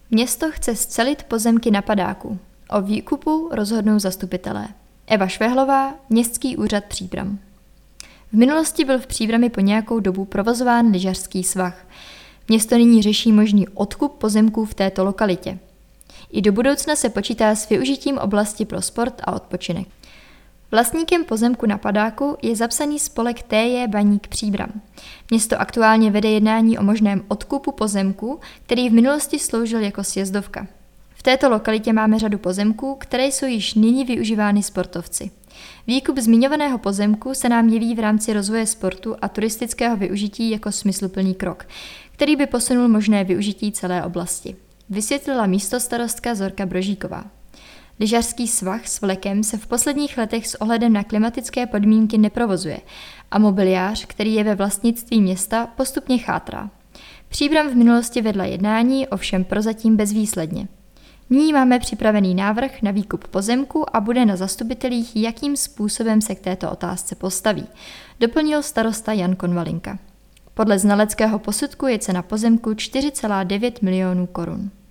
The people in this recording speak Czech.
Město chce scelit pozemky na Padáku. O výkupu rozhodnou zastupitelé. Eva Švehlová, Městský úřad Příbram. V minulosti byl v Příbrami po nějakou dobu provozován lyžařský svah. Město nyní řeší možný odkup pozemků v této lokalitě. I do budoucna se počítá s využitím oblasti pro sport a odpočinek. Vlastníkem pozemku na Padáku je zapsaný spolek T.J. Baník Příbram. Město aktuálně vede jednání o možném odkupu pozemku, který v minulosti sloužil jako sjezdovka. V této lokalitě máme řadu pozemků, které jsou již nyní využívány sportovci. Výkup zmiňovaného pozemku se nám jeví v rámci rozvoje sportu a turistického využití jako smysluplný krok, který by posunul možné využití celé oblasti, vysvětlila místostarostka Zorka Brožíková. Lyžařský svah s vlekem se v posledních letech s ohledem na klimatické podmínky neprovozuje a mobiliář, který je ve vlastnictví města, postupně chátrá. Příbram v minulosti vedla jednání, ovšem prozatím bezvýsledně. Nyní máme připravený návrh na výkup pozemku a bude na zastupitelích, jakým způsobem se k této otázce postaví, doplnil starosta Jan Konvalinka. Podle znaleckého posudku je cena pozemku 4,9 milionů korun.